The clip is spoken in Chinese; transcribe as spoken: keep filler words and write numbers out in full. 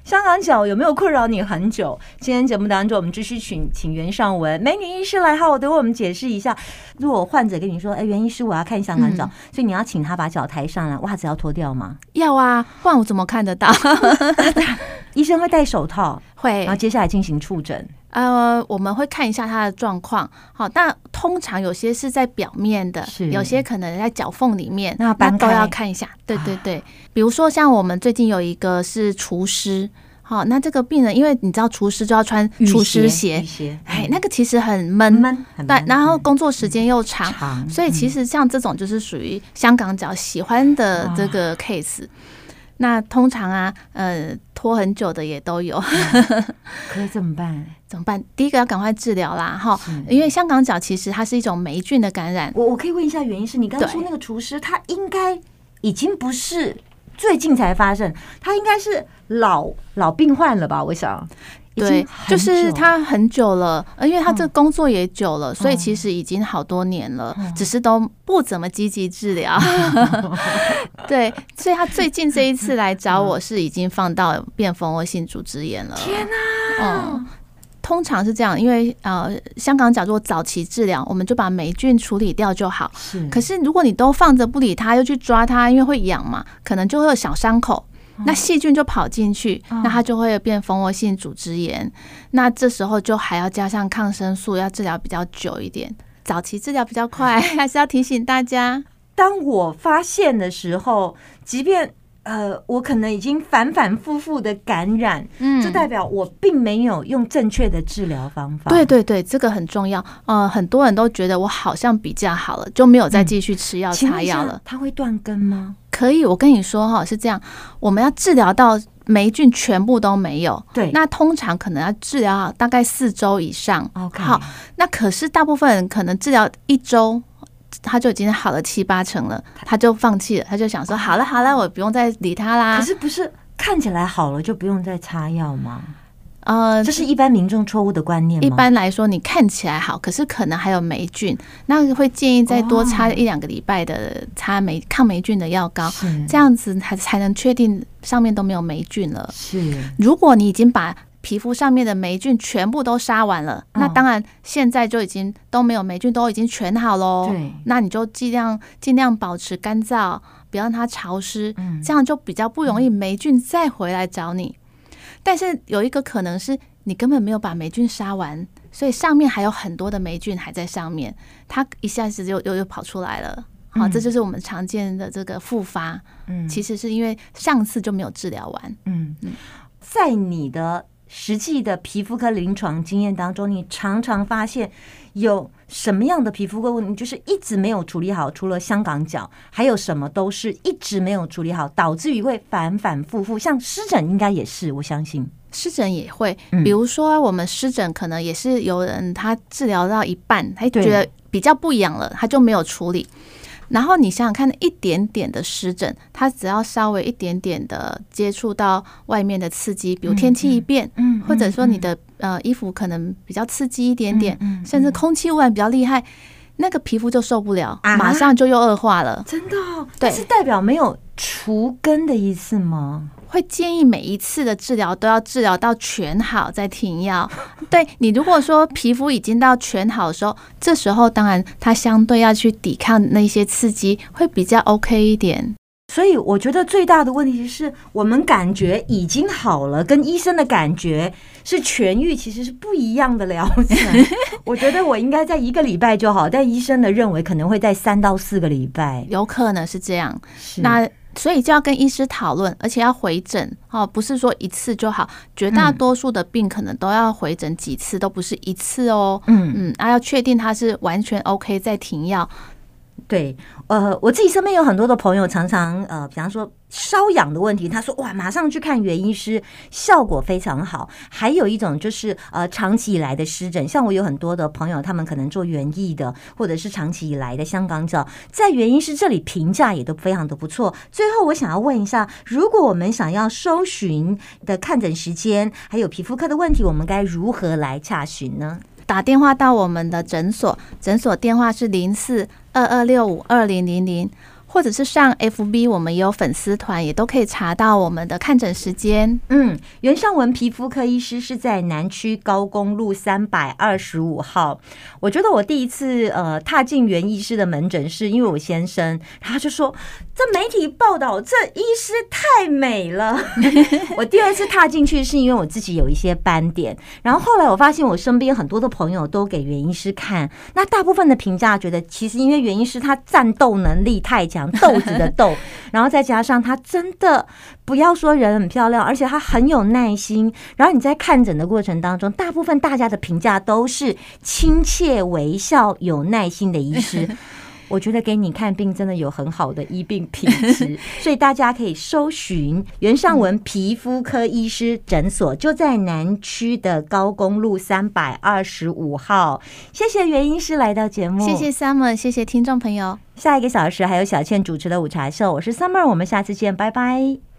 香港脚有没有困扰你很久？今天节目当中，我们继续请请袁尚文美女医师来好好的为我们解释一下。如果患者跟你说：“哎，袁医师，我要看香港脚。嗯”所以你要请他把脚抬上来，袜子要脱掉吗？ 要啊，不然我怎么看得到？ 医生会戴手套， 会， 然后接下来进行触诊。 呃，我们会看一下他的状况。好，但通常有些是在表面的，有些可能在脚缝里面， 那那都要看一下。对对对，比如说像我们最近有一个是厨师。好，那这个病人，因为你知道厨师就要穿厨师鞋，哎，那个其实很闷，对，然后工作时间又长，嗯、所以其实像这种就是属于香港脚喜欢的这个 case。那通常啊，呃，拖很久的也都有， 可以怎么办？ 怎么办？第一个要赶快治疗啦，哈，因为香港脚其实它是一种霉菌的感染。 我我可以问一下原因是你刚刚说那个厨师，他应该已经不是最近才发生，他应该是老老病患了吧？我想， 对，就是他很久了，因为他这工作也久了，嗯、所以其实已经好多年了，嗯、只是都不怎么积极治疗。对，所以他最近这一次来找我是已经放到变蜂窝性组织炎了。 天哪！ 嗯。通常是这样，因为呃，香港脚如果早期治疗，我们就把霉菌处理掉就好。是，可是如果你都放着不理它，又去抓它，因为会痒嘛，可能就会有小伤口，那细菌就跑进去，那它就会变蜂窝性组织炎。那这时候就还要加上抗生素，要治疗比较久一点。早期治疗比较快，还是要提醒大家。 当我发现的时候，即便呃，我可能已经反反复复的感染，嗯，这代表我并没有用正确的治疗方法。 对对对，这个很重要。呃，很多人都觉得我好像比较好了，就没有再继续吃药、擦药了。 它会断根吗？ 可以，我跟你说哈，是这样，我们要治疗到霉菌全部都没有，对，那通常可能要治疗大概四周以上。 OK， 好，那可是大部分人可能治疗一周。他就已经好了七八成了，他就放弃了，他就想说好了好了，我不用再理他啦。 可是不是看起来好了就不用再擦药吗？呃，这是一般民众错误的观念吗？ 一般来说，你看起来好，可是可能还有霉菌，那会建议再多擦一两个礼拜的擦霉抗霉菌的药膏，这样子才才能确定上面都没有霉菌了。是，如果你已经把皮肤上面的霉菌全部都杀完了，那当然现在就已经都没有霉菌，都已经全好咯。对，那你就尽量尽量保持干燥，不要让它潮湿，嗯、这样就比较不容易霉菌再回来找你。但是有一个可能是你根本没有把霉菌杀完，所以上面还有很多的霉菌还在上面，它一下子就又又跑出来了。好，这就是我们常见的这个复发。嗯，其实是因为上次就没有治疗完。嗯嗯， 在你的实际的皮肤科临床经验当中，你常常发现有什么样的皮肤科问题就是一直没有处理好？除了香港脚，还有什么都是一直没有处理好，导致于会反反复复？像湿疹应该也是，我相信湿疹也会。比如说我们湿疹可能也是有人他治疗到一半，他觉得比较不痒了，他就没有处理。然后你想想看，一点点的湿疹，它只要稍微一点点的接触到外面的刺激，比如天气一变，嗯，或者说你的呃衣服可能比较刺激一点点，嗯，甚至空气污染比较厉害，那个皮肤就受不了，马上就又恶化了。 真的？对，是代表没有除根的意思吗？ 会建议每一次的治疗都要治疗到全好再停药。对，你如果说皮肤已经到全好的时候，这时候当然它相对要去抵抗那些刺激会比较 OK 一点。 所以我觉得最大的问题是我们感觉已经好了跟医生的感觉是痊愈其实是不一样的疗程。我觉得我应该在一个礼拜就好，但医生的认为可能会在三到四个礼拜， 有可能是这样。那所以就要跟医师讨论，而且要回诊哦，不是说一次就好。绝大多数的病可能都要回诊几次，都不是一次哦。嗯嗯，啊，要确定他是完全 OK 再停药。 对，呃，我自己身边有很多的朋友，常常呃，比方说瘙痒的问题，他说哇，马上去看袁医师，效果非常好。还有一种就是呃，长期以来的湿疹，像我有很多的朋友，他们可能做园艺的，或者是长期以来的香港脚，在袁医师这里评价也都非常的不错。最后，我想要问一下，如果我们想要搜寻的看诊时间，还有皮肤科的问题，我们该如何来洽询呢？ 打电话到我们的诊所，诊所电话是零四二二六五二零零零， 或者是上 F B， 我们也有粉丝团，也都可以查到我们的看诊时间。 嗯，袁尚文皮肤科医师是在南区高公路三百二十五号。我觉得我第一次呃踏进袁医师的门诊室，因为我先生，然后就说这媒体报道这医师太美了。我第二次踏进去是因为我自己有一些斑点，然后后来我发现我身边很多的朋友都给袁医师看，那大部分的评价觉得其实因为袁医师他战斗能力太强，豆子的豆，然后再加上他真的不要说人很漂亮，而且他很有耐心，然后你在看诊的过程当中，大部分大家的评价都是亲切微笑有耐心的医师。我觉得给你看病真的有很好的医病品质，所以大家可以搜寻袁尚文皮肤科医师诊所，就在南区的高公路三百二十五号。谢谢袁医师来到节目， 谢谢 Summer， 谢谢听众朋友。 下一个小时还有小倩主持的午茶秀，我是 Summer， 我们下次见，拜拜。